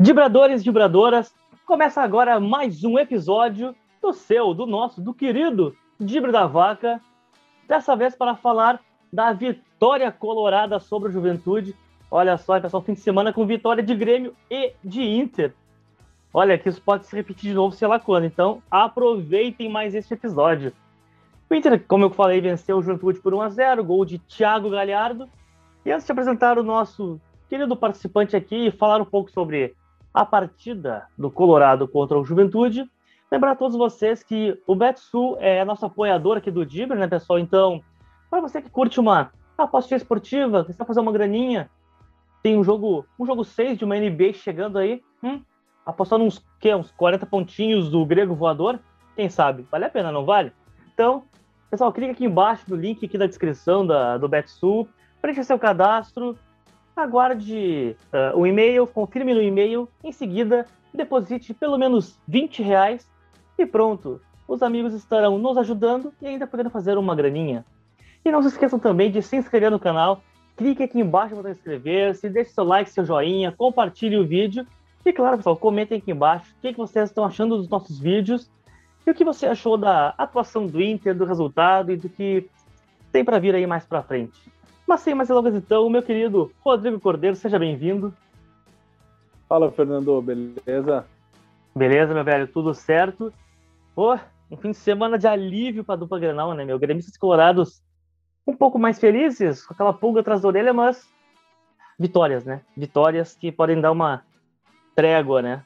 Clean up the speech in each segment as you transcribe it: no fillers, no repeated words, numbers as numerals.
Dibradores e Dibradoras, começa agora mais um episódio do nosso, do querido Dibra da Vaca, dessa vez para falar da vitória colorada sobre o Juventude. Olha só, pessoal, fim de semana com vitória de Grêmio e de Inter. Olha, que isso pode se repetir de novo, sei lá quando, então aproveitem mais este episódio. O Inter, como eu falei, venceu o Juventude por 1-0, gol de Thiago Galhardo. E antes de apresentar o nosso querido participante aqui e falar um pouco sobre a partida do Colorado contra o Juventude, lembrar a todos vocês que o Betsul é nosso apoiador aqui do Dibra, né, pessoal? Então, para você que curte uma apostinha esportiva, que está fazendo uma graninha, tem um jogo 6 de uma NBA chegando aí, apostando uns 40 pontinhos do Grego Voador, quem sabe? Vale a pena, não vale? Então, pessoal, clica aqui embaixo no link aqui da descrição do Betsul, preencha seu cadastro, aguarde o e-mail, confirme no e-mail, em seguida deposite pelo menos R$20 e pronto. Os amigos estarão nos ajudando e ainda podendo fazer uma graninha. E não se esqueçam também de se inscrever no canal, clique aqui embaixo no botão inscrever-se, deixe seu like, seu joinha, compartilhe o vídeo e claro, pessoal, comentem aqui embaixo o que vocês estão achando dos nossos vídeos e o que você achou da atuação do Inter, do resultado e do que tem para vir aí mais para frente. Mas sem mais delongas, então, meu querido Rodrigo Cordeiro, seja bem-vindo. Fala, Fernando, beleza? Beleza, meu velho, tudo certo? Pô, um fim de semana de alívio para a dupla Grenal, né, meu? Gremistas colorados um pouco mais felizes, com aquela pulga atrás da orelha, mas vitórias, né? Vitórias que podem dar uma trégua, né?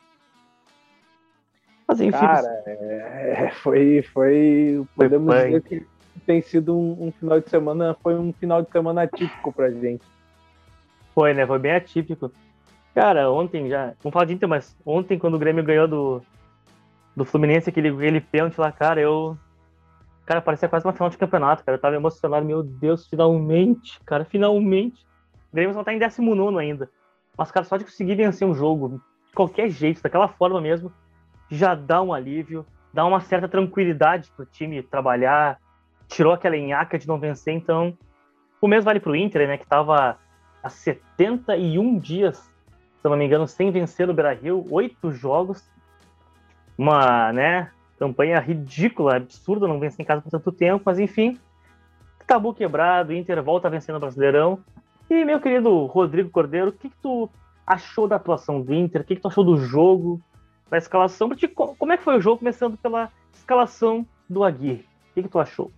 Mas enfim... Cara, foi podemos dizer que tem sido um final de semana, foi um final de semana atípico pra gente. Foi, né? Foi bem atípico. Cara, ontem já, vamos falar de Inter, mas ontem quando o Grêmio ganhou do Fluminense, aquele pênalti lá, cara, cara, parecia quase uma final de campeonato, cara, eu tava emocionado, meu Deus, finalmente, cara, finalmente. O Grêmio só tá em 19º ainda, mas, cara, só de conseguir vencer um jogo, de qualquer jeito, daquela forma mesmo, já dá um alívio, dá uma certa tranquilidade pro time trabalhar, tirou aquela enhaca de não vencer, então o mesmo vale pro Inter, né, que tava há 71 dias, se eu não me engano, sem vencer no Beira-Rio, 8 jogos, uma, né, campanha ridícula, absurda, não vencer em casa por tanto tempo, mas enfim, tabu quebrado, o Inter volta vencendo o Brasileirão. E, meu querido Rodrigo Cordeiro, o que tu achou da atuação do Inter? O que tu achou do jogo, da escalação? Como é que foi o jogo, começando pela escalação do Aguirre? O que tu achou?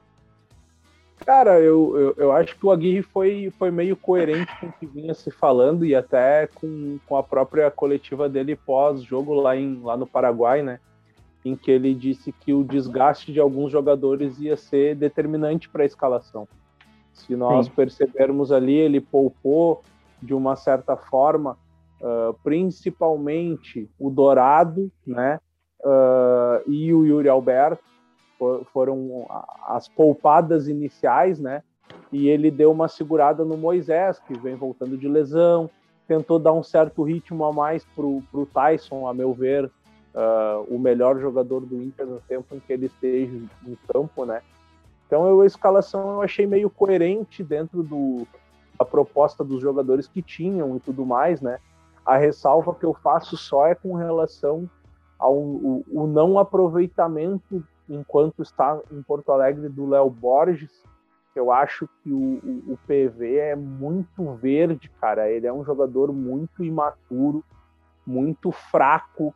Cara, eu acho que o Aguirre foi meio coerente com o que vinha se falando e até com a própria coletiva dele pós-jogo lá no Paraguai, né? Em que ele disse que o desgaste de alguns jogadores ia ser determinante para a escalação. Se nós percebermos ali, ele poupou de uma certa forma, principalmente o Dourado, né? E o Yuri Alberto. Foram as poupadas iniciais, né? E ele deu uma segurada no Moisés, que vem voltando de lesão, tentou dar um certo ritmo a mais pro Tyson, a meu ver, o melhor jogador do Inter no tempo em que ele esteja em campo, né? Então a escalação eu achei meio coerente dentro da proposta dos jogadores que tinham e tudo mais, né? A ressalva que eu faço só é com relação ao o não aproveitamento enquanto está em Porto Alegre do Léo Borges. Eu acho que o PV é muito verde, cara. Ele é um jogador muito imaturo, muito fraco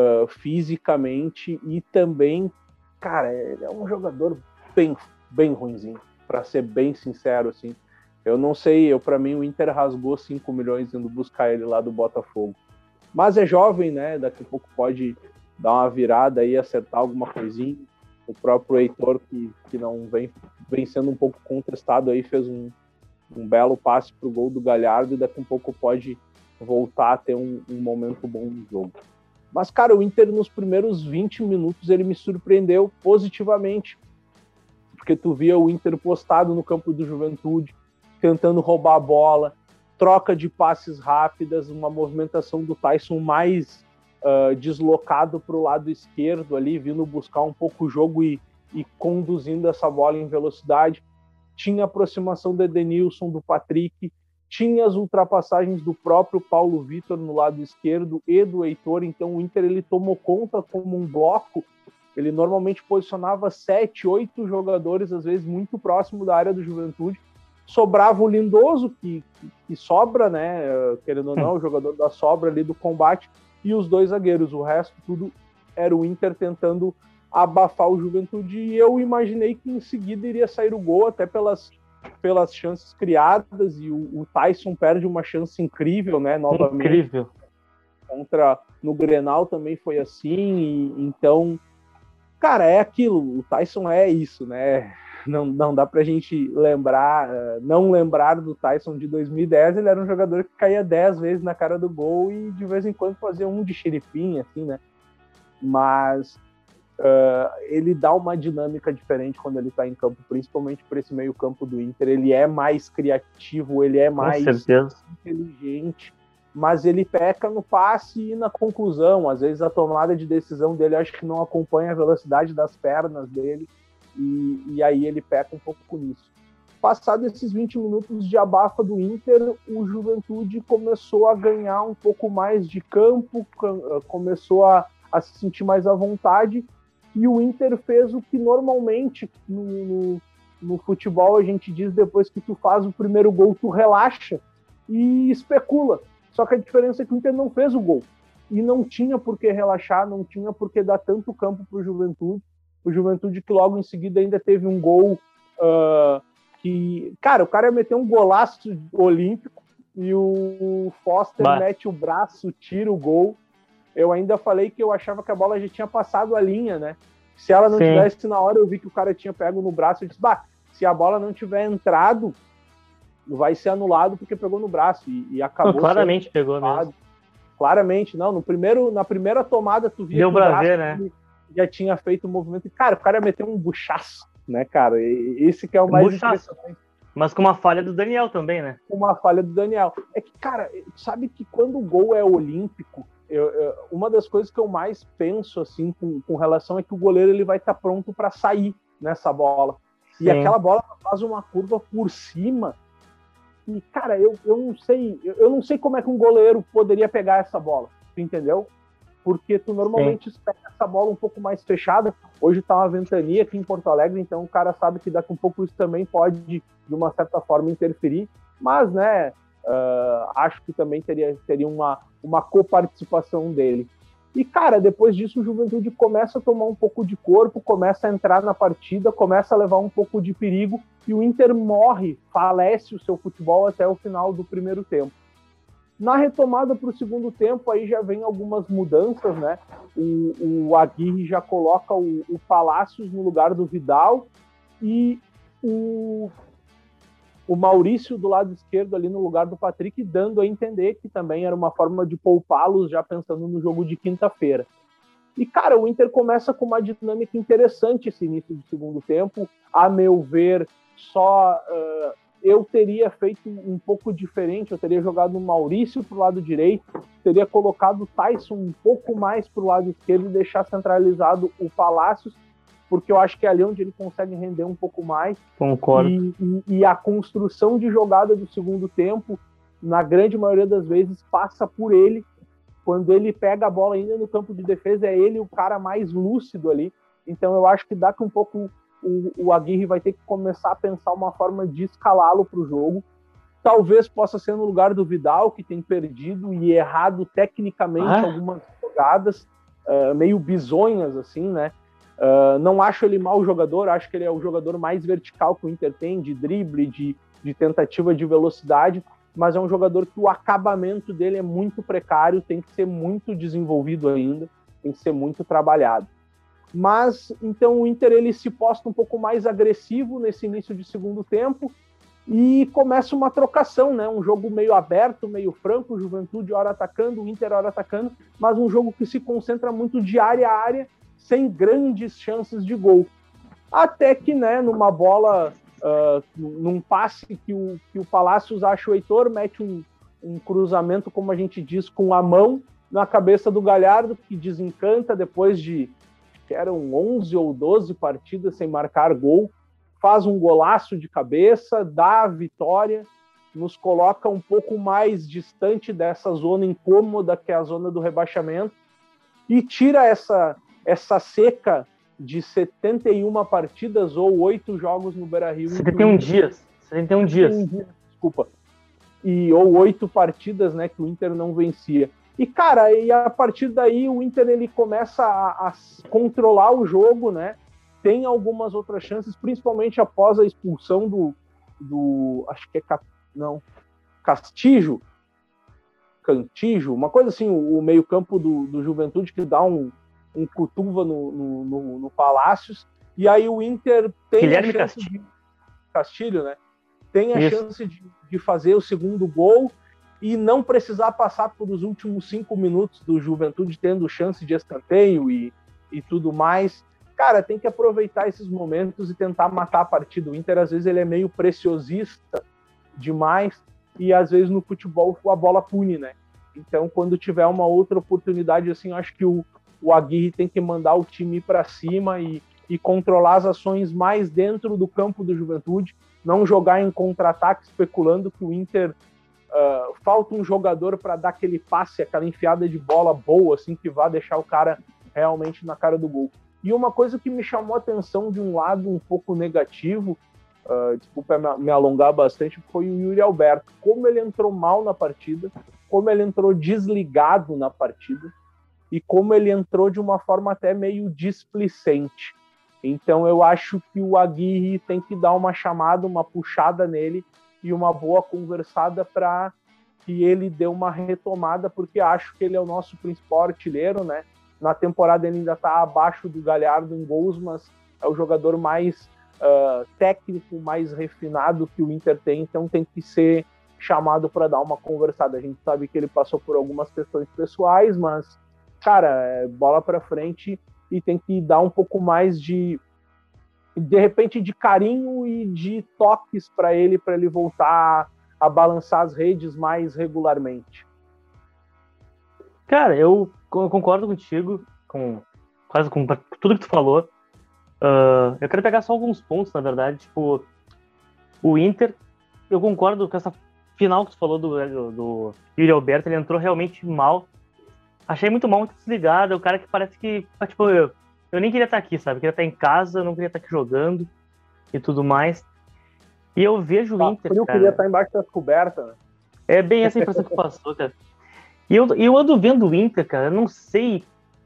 fisicamente e também, cara, ele é um jogador bem ruinzinho, para ser bem sincero, assim. Eu não sei, para mim o Inter rasgou 5 milhões indo buscar ele lá do Botafogo. Mas é jovem, né? Daqui a pouco pode dar uma virada aí, acertar alguma coisinha. O próprio Heitor, que não vem sendo um pouco contestado aí, fez um belo passe pro gol do Galhardo e daqui a pouco pode voltar a ter um momento bom no jogo. Mas, cara, o Inter nos primeiros 20 minutos ele me surpreendeu positivamente, porque tu via o Inter postado no campo do Juventude, tentando roubar a bola, troca de passes rápidas, uma movimentação do Tyson mais deslocado para o lado esquerdo ali, vindo buscar um pouco o jogo e conduzindo essa bola em velocidade. Tinha aproximação do Edenilson, do Patrick, tinha as ultrapassagens do próprio Paulo Vitor no lado esquerdo e do Heitor, então o Inter ele tomou conta como um bloco. Ele normalmente posicionava 7, 8 jogadores, às vezes muito próximo da área do Juventude. Sobrava o Lindoso, que sobra, né? Querendo ou não, o jogador da sobra ali do combate, e os 2 zagueiros. O resto tudo era o Inter tentando abafar o Juventude, e eu imaginei que em seguida iria sair o gol, até pelas chances criadas, e o Tyson perde uma chance incrível, né? Novamente. Incrível. No Grenal também foi assim, e então, cara, é aquilo, o Tyson é isso, né? Não dá pra gente não lembrar do Tyson de 2010. Ele era um jogador que caía 10 vezes na cara do gol e de vez em quando fazia um de xerifim, assim, né? Mas ele dá uma dinâmica diferente quando ele tá em campo, principalmente por esse meio campo do Inter. Ele é mais criativo, ele é mais inteligente, mas ele peca no passe e na conclusão. Às vezes a tomada de decisão dele acho que não acompanha a velocidade das pernas dele, e aí ele peca um pouco nisso. Passado esses 20 minutos de abafa do Inter, o Juventude começou a ganhar um pouco mais de campo, começou a se sentir mais à vontade, e o Inter fez o que normalmente no futebol a gente diz: depois que tu faz o primeiro gol, tu relaxa e especula. Só que a diferença é que o Inter não fez o gol, e não tinha por que relaxar, não tinha por que dar tanto campo para o Juventude. O Juventude que logo em seguida ainda teve um gol que, cara, o cara ia meter um golaço olímpico e o Foster mete o braço, tira o gol. Eu ainda falei que eu achava que a bola já tinha passado a linha, né? Se ela não tivesse na hora, eu vi que o cara tinha pego no braço e disse: se a bola não tiver entrado, vai ser anulado porque pegou no braço, e acabou. Claramente pegou mesmo. Claramente, não. Na primeira tomada, tu via Deu que o pra braço ver, né? Já tinha feito o movimento. E, cara, o cara meteu um buchaço, né, cara? Esse que é o mais impressionante. Mas com uma falha do Daniel também, né? Com uma falha do Daniel. É que, cara, sabe que quando o gol é olímpico, uma das coisas que eu mais penso, assim, com relação é que o goleiro ele vai estar pronto para sair nessa bola. Sim. E aquela bola faz uma curva por cima. E, cara, eu não sei como é que um goleiro poderia pegar essa bola, entendeu? Porque tu normalmente espera essa bola um pouco mais fechada. Hoje tá uma ventania aqui em Porto Alegre, então o cara sabe que daqui a um pouco isso também pode, de uma certa forma, interferir. Mas, né, acho que também teria uma coparticipação dele. E, cara, depois disso o Juventude começa a tomar um pouco de corpo, começa a entrar na partida, começa a levar um pouco de perigo, e o Inter falece o seu futebol até o final do primeiro tempo. Na retomada para o segundo tempo, aí já vem algumas mudanças, né? O Aguirre já coloca o Palácios no lugar do Vidal, e o Maurício do lado esquerdo ali no lugar do Patrick, dando a entender que também era uma forma de poupá-los, já pensando no jogo de quinta-feira. E, cara, o Inter começa com uma dinâmica interessante esse início de segundo tempo. A meu ver, eu teria feito um pouco diferente. Eu teria jogado o Maurício para o lado direito, teria colocado o Tyson um pouco mais para o lado esquerdo e deixar centralizado o Palácios, porque eu acho que é ali onde ele consegue render um pouco mais. Concordo. E a construção de jogada do segundo tempo, na grande maioria das vezes, passa por ele. Quando ele pega a bola ainda no campo de defesa, é ele o cara mais lúcido ali. Então eu acho que daqui um pouco o Aguirre vai ter que começar a pensar uma forma de escalá-lo para o jogo. Talvez possa ser no lugar do Vidal, que tem perdido e errado tecnicamente algumas jogadas, meio bizonhas, assim, né? Não acho ele mau jogador, acho que ele é o jogador mais vertical que o Inter tem, de drible, de tentativa de velocidade, mas é um jogador que o acabamento dele é muito precário, tem que ser muito desenvolvido ainda, tem que ser muito trabalhado. Mas, então, o Inter ele se posta um pouco mais agressivo nesse início de segundo tempo e começa uma trocação, né? Um jogo meio aberto, meio franco, o Juventude hora atacando, o Inter hora atacando, mas um jogo que se concentra muito de área a área, sem grandes chances de gol. Até que, né, numa bola, num passe que o Palácios acha o Heitor, mete um cruzamento, como a gente diz, com a mão na cabeça do Galhardo, que desencanta depois de, que eram 11 ou 12 partidas sem marcar gol, faz um golaço de cabeça, dá a vitória, nos coloca um pouco mais distante dessa zona incômoda que é a zona do rebaixamento e tira essa seca de 71 partidas ou 8 jogos no Beira-Rio. 71 dias. 71 dias. Desculpa. Ou 8 partidas, né, que o Inter não vencia. E, cara, e a partir daí o Inter ele começa a controlar o jogo, né? Tem algumas outras chances, principalmente após a expulsão do acho que é Cantijo, uma coisa assim, o meio-campo do Juventude que dá um cutuva no Palácios, e aí o Inter tem Guilherme a chance Castilho, né? Tem a chance de fazer o segundo gol e não precisar passar por os últimos 5 minutos do Juventude tendo chance de escanteio e tudo mais. Cara, tem que aproveitar esses momentos e tentar matar a partida. O Inter, às vezes, ele é meio preciosista demais e, às vezes, no futebol a bola pune, né? Então, quando tiver uma outra oportunidade, assim, eu acho que o Aguirre tem que mandar o time para cima e controlar as ações mais dentro do campo do Juventude, não jogar em contra-ataque especulando que o Inter falta um jogador para dar aquele passe, aquela enfiada de bola boa, assim, que vá deixar o cara realmente na cara do gol. E uma coisa que me chamou a atenção de um lado um pouco negativo, desculpa me alongar bastante, foi o Yuri Alberto. Como ele entrou mal na partida, como ele entrou desligado na partida e como ele entrou de uma forma até meio displicente. Então eu acho que o Aguirre tem que dar uma chamada, uma puxada nele e uma boa conversada para que ele dê uma retomada, porque acho que ele é o nosso principal artilheiro, né? Na temporada ele ainda está abaixo do Galhardo em gols, mas é o jogador mais técnico, mais refinado que o Inter tem, então tem que ser chamado para dar uma conversada. A gente sabe que ele passou por algumas questões pessoais, mas, cara, bola para frente e tem que dar um pouco mais de repente, de carinho e de toques para ele voltar a balançar as redes mais Cara, eu concordo contigo, quase com tudo que tu falou. Eu quero pegar só alguns pontos, na verdade. Tipo, o Inter, eu concordo com essa final que tu falou do Yuri Alberto, ele entrou realmente mal. Achei muito mal, muito desligado. É o cara que parece que, tipo, eu nem queria estar aqui, sabe? Eu queria estar em casa, eu não queria estar aqui jogando e tudo mais. E eu vejo o Inter, eu queria estar embaixo das cobertas, né? É bem essa impressão que passou, cara. E eu ando vendo o Inter, cara, eu não sei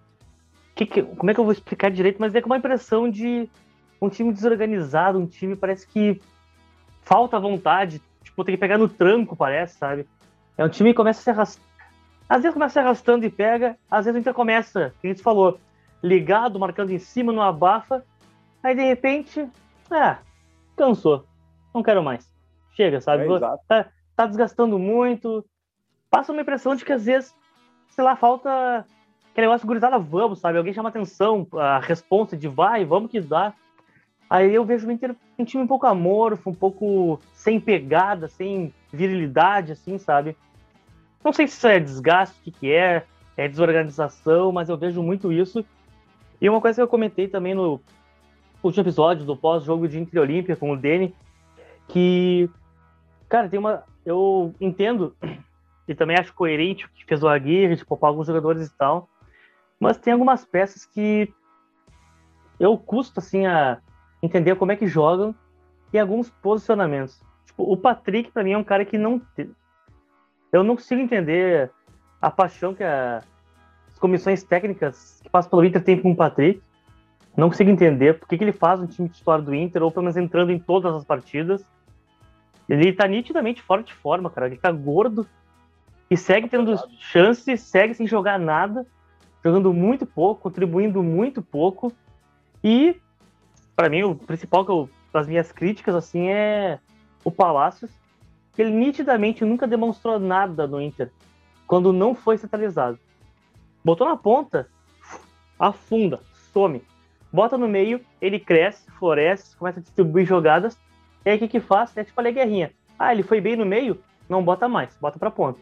como é que eu vou explicar direito, mas é com uma impressão de um time desorganizado, um time parece que falta vontade, tipo, tem que pegar no tranco, parece, sabe? É um time que começa a se arrastar. Às vezes começa se arrastando e pega, às vezes o Inter começa, como você falou, ligado, marcando em cima, não abafa, aí de repente, cansou, não quero mais. Chega, sabe? Tá desgastando muito. Passa uma impressão de que às vezes, sei lá, falta aquele negócio gurizada, vamos, sabe? Alguém chama atenção, a resposta de vai, vamos que dá. Aí eu vejo o Inter um time um pouco amorfo, um pouco sem pegada, sem virilidade, assim, sabe? Não sei se isso é desgaste, o que é desorganização, mas eu vejo muito isso. E uma coisa que eu comentei também no último episódio do pós-jogo de Inter e Olímpia com o Deni, que, cara, eu entendo e também acho coerente o que fez o Aguirre, de poupar alguns jogadores e tal, mas tem algumas peças que eu custo, assim, a entender como é que jogam e alguns posicionamentos. Tipo, o Patrick, pra mim, é um cara que eu não consigo entender a paixão que as comissões técnicas que passam pelo Inter têm com o Patrick. Não consigo entender por que ele faz um time titular do Inter, ou pelo menos entrando em todas as partidas. Ele tá nitidamente fora de forma, cara. Ele tá gordo e segue tendo chance, segue sem jogar nada, jogando muito pouco, contribuindo muito pouco. E, para mim, o principal das minhas críticas, assim, é o Palácios, que ele nitidamente nunca demonstrou nada no Inter, quando não foi centralizado. Botou na ponta, afunda, some. Bota no meio, ele cresce, floresce, começa a distribuir jogadas, e aí o que faz? É tipo a Guerrinha. Ele foi bem no meio? Não bota mais, bota pra ponta.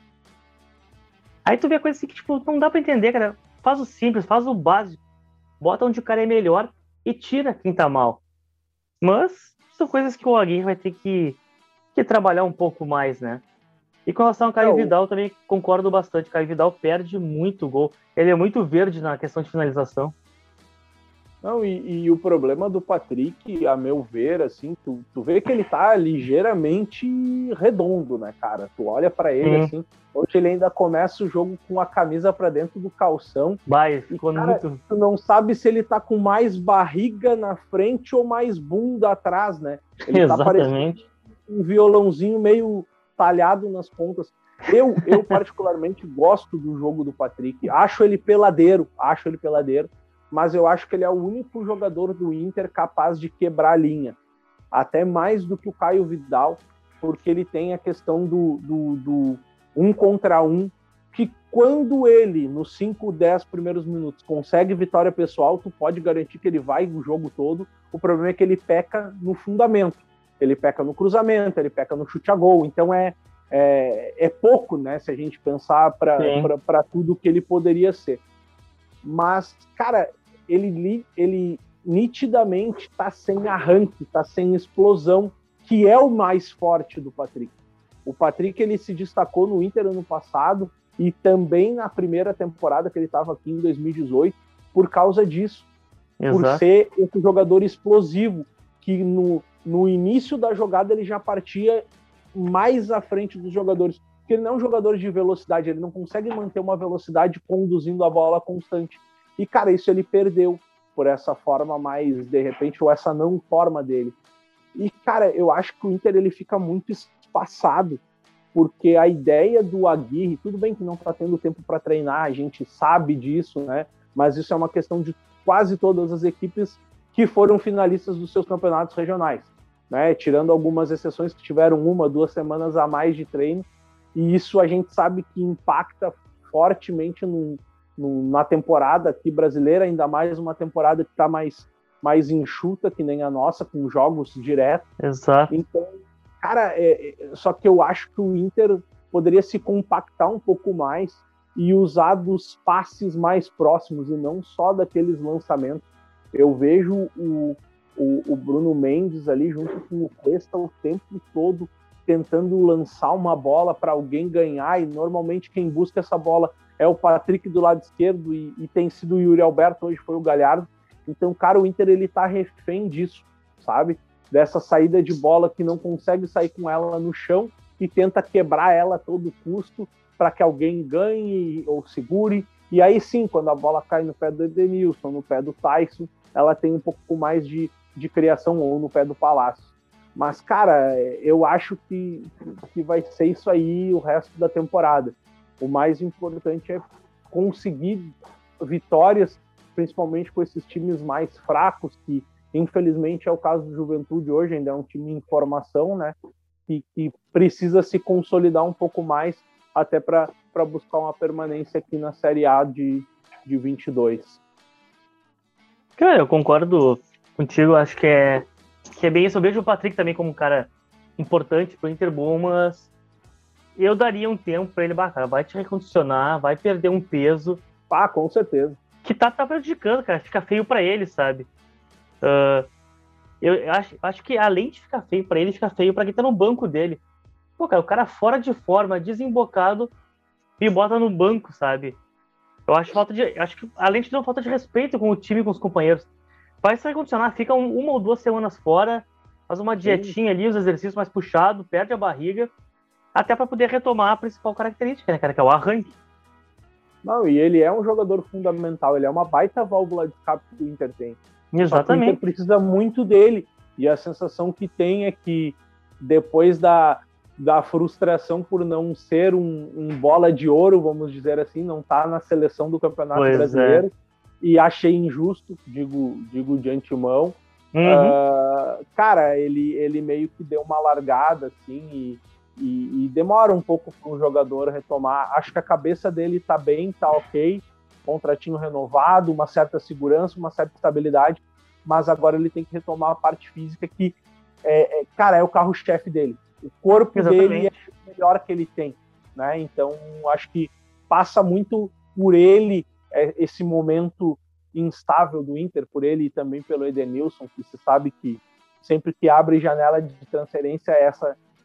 Aí tu vê a coisa assim que, tipo, não dá pra entender, cara. Faz o simples, faz o básico. Bota onde o cara é melhor e tira quem tá mal. Mas são coisas que o Aguirre vai ter que que trabalhar um pouco mais, né? E com relação ao Caio Vidal, também concordo bastante. Caio Vidal perde muito gol. Ele é muito verde na questão de finalização. Não, e o problema do Patrick, a meu ver, assim, tu vê que ele tá ligeiramente redondo, né, cara? Tu olha pra ele, assim, hoje ele ainda começa o jogo com a camisa pra dentro do calção. Vai, ficou cara, muito... Tu não sabe se ele tá com mais barriga na frente ou mais bunda atrás, né? Ele Exatamente. Tá parecendo um violãozinho meio talhado nas pontas. Eu particularmente gosto do jogo do Patrick. Acho ele peladeiro, mas eu acho que ele é o único jogador do Inter capaz de quebrar a linha. Até mais do que o Caio Vidal, porque ele tem a questão do 1 contra 1, que quando ele, nos 5, 10 primeiros minutos, consegue vitória pessoal, tu pode garantir que ele vai o jogo todo. O problema é que ele peca no fundamento. Ele peca no cruzamento, ele peca no chute a gol. Então é pouco, né, se a gente pensar para tudo que ele poderia ser. Mas, cara, ele nitidamente está sem arranque, está sem explosão, que é o mais forte do Patrick. O Patrick, ele se destacou no Inter ano passado e também na primeira temporada que ele estava aqui em 2018 por causa disso. Exato. Por ser esse jogador explosivo, que no início da jogada ele já partia mais à frente dos jogadores, porque ele não é um jogador de velocidade, ele não consegue manter uma velocidade conduzindo a bola constante. E, cara, isso ele perdeu por essa forma mais, de repente, ou essa não forma dele. E, cara, eu acho que o Inter ele fica muito espaçado, porque a ideia do Aguirre, tudo bem que não está tendo tempo para treinar, a gente sabe disso, né? Mas isso é uma questão de quase todas as equipes que foram finalistas dos seus campeonatos regionais, né? Tirando algumas exceções que tiveram 1, 2 semanas a mais de treino, e isso a gente sabe que impacta fortemente na temporada aqui brasileira, ainda mais uma temporada que está mais enxuta que nem a nossa, com jogos diretos. Exato. Então, cara, só que eu acho que o Inter poderia se compactar um pouco mais e usar dos passes mais próximos e não só daqueles lançamentos. Eu vejo o Bruno Mendes ali junto com o Cuesta o tempo todo tentando lançar uma bola para alguém ganhar, e normalmente quem busca essa bola é o Patrick do lado esquerdo e tem sido o Yuri Alberto, hoje foi o Galhardo. Então, cara, o Inter ele tá refém disso, sabe? Dessa saída de bola que não consegue sair com ela no chão e tenta quebrar ela a todo custo para que alguém ganhe ou segure. E aí sim, quando a bola cai no pé do Edenilson, no pé do Tyson, ela tem um pouco mais de criação, ou no pé do Palácio. Mas, cara, eu acho que vai ser isso aí o resto da temporada. O mais importante é conseguir vitórias, principalmente com esses times mais fracos, que infelizmente é o caso do Juventude hoje, ainda é um time em formação, né? Que precisa se consolidar um pouco mais até para buscar uma permanência aqui na Série A de 22. Cara, eu concordo contigo, acho que é bem isso. Eu vejo o Patrick também como um cara importante pro Inter, bom, mas eu daria um tempo para ele, cara, vai te recondicionar, vai perder um peso. Ah, com certeza. Que tá prejudicando, cara, fica feio para ele, sabe? Eu acho que além de ficar feio para ele, fica feio para quem tá no banco dele. Pô, cara, o cara fora de forma, desembocado, e bota no banco, sabe? Eu acho que além de ter uma falta de respeito com o time, com os companheiros, vai se recondicionar, fica 1 ou 2 semanas fora, faz uma dietinha ali, os exercícios mais puxados, perde a barriga, até para poder retomar a principal característica, né, cara, que é o arranque. Não, e ele é um jogador fundamental, ele é uma baita válvula de escape que o Inter tem. Exatamente. O Inter precisa muito dele, e a sensação que tem é que depois da frustração por não ser um bola de ouro, vamos dizer assim, não tá na seleção do Campeonato Brasileiro, e achei injusto, digo de antemão. Cara, ele meio que deu uma largada, assim, e demora um pouco para um jogador retomar. Acho que a cabeça dele tá bem, tá ok, contratinho renovado, uma certa segurança, uma certa estabilidade, mas agora ele tem que retomar a parte física que, cara, é o carro-chefe dele. O corpo dele é o melhor que ele tem, né? Então, acho que passa muito por ele esse momento instável do Inter, por ele e também pelo Edenilson, que se sabe que sempre que abre janela de transferência, essa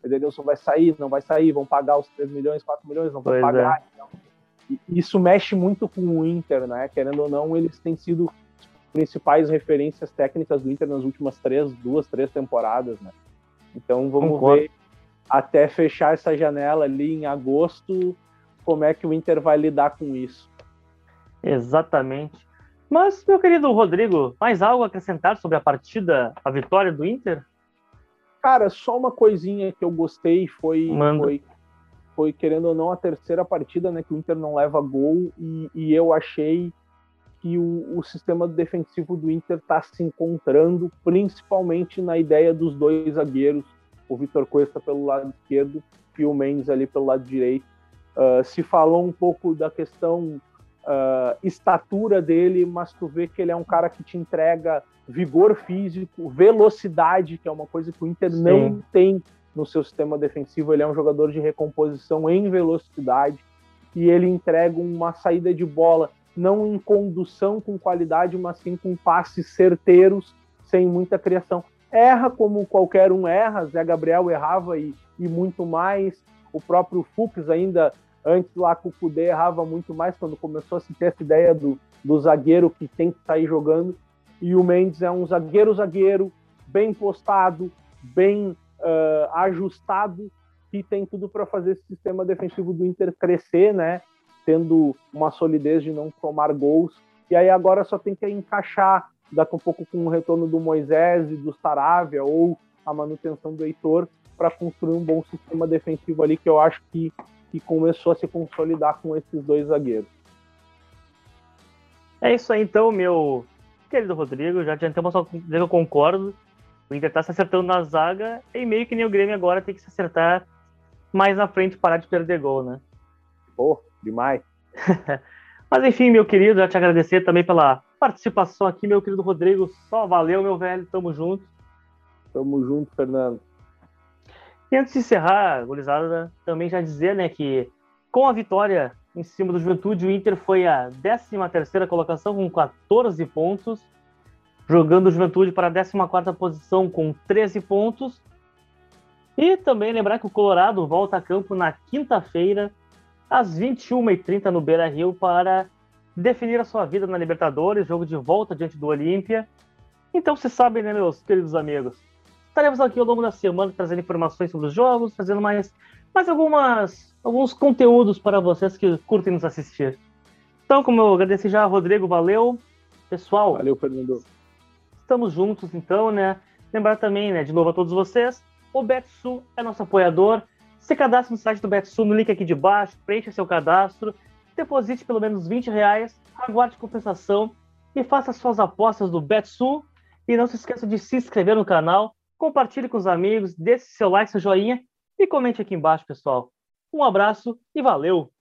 Edenilson vai sair, não vai sair, vão pagar os 3 milhões, 4 milhões, não vão pagar. Então, isso mexe muito com o Inter, né? Querendo ou não, eles têm sido as principais referências técnicas do Inter nas últimas 2, 3 temporadas, né? Então vamos ver até fechar essa janela ali em agosto, como é que o Inter vai lidar com isso. Exatamente. Mas, meu querido Rodrigo, mais algo a acrescentar sobre a partida, a vitória do Inter? Cara, só uma coisinha que eu gostei foi querendo ou não, a terceira partida, né, que o Inter não leva gol, e eu achei que o sistema defensivo do Inter está se encontrando, principalmente na ideia dos 2 zagueiros, o Vitor Cuesta pelo lado esquerdo e o Mendes ali pelo lado direito. Se falou um pouco da questão estatura dele, mas tu vê que ele é um cara que te entrega vigor físico, velocidade, que é uma coisa que o Inter não tem no seu sistema defensivo. Ele é um jogador de recomposição em velocidade e ele entrega uma saída de bola não em condução com qualidade, mas sim com passes certeiros, sem muita criação. Erra como qualquer um erra, Zé Gabriel errava e muito mais, o próprio Fux ainda, antes lá com o Kudê, errava muito mais, quando começou a se ter essa ideia do zagueiro que tem que sair jogando, e o Mendes é um zagueiro, bem postado, bem ajustado, que tem tudo para fazer esse sistema defensivo do Inter crescer, né? Tendo uma solidez de não tomar gols, e aí agora só tem que encaixar daqui a pouco com o retorno do Moisés e do Saravia, ou a manutenção do Heitor, para construir um bom sistema defensivo ali, que eu acho que começou a se consolidar com esses 2 zagueiros. É isso aí então, meu querido Rodrigo, já adiantamos só dizer que eu concordo, o Inter tá se acertando na zaga, e meio que nem o Grêmio agora tem que se acertar mais na frente, parar de perder gol, né? Pô, demais. Mas enfim, meu querido, já te agradecer também pela participação aqui, meu querido Rodrigo. Só valeu, meu velho. Tamo junto. Tamo junto, Fernando. E antes de encerrar, gurizada, também já dizer, né, que com a vitória em cima do Juventude, o Inter foi a 13ª colocação com 14 pontos, jogando o Juventude para a 14ª posição com 13 pontos. E também lembrar que o Colorado volta a campo na quinta-feira, às 21h30 no Beira-Rio, para definir a sua vida na Libertadores, jogo de volta diante do Olímpia. Então, vocês sabem, né, meus queridos amigos? Estaremos aqui ao longo da semana trazendo informações sobre os jogos, trazendo mais alguns conteúdos para vocês que curtem nos assistir. Então, como eu agradeci já, Rodrigo, valeu. Pessoal, valeu, Fernando. Estamos juntos, então, né? Lembrar também, né, de novo a todos vocês, o BetSul é nosso apoiador. Se cadastre no site do BetSul, no link aqui de baixo, preencha seu cadastro, deposite pelo menos R$20, aguarde compensação e faça suas apostas do BetSul. E não se esqueça de se inscrever no canal, compartilhe com os amigos, deixe seu like, seu joinha e comente aqui embaixo, pessoal. Um abraço e valeu!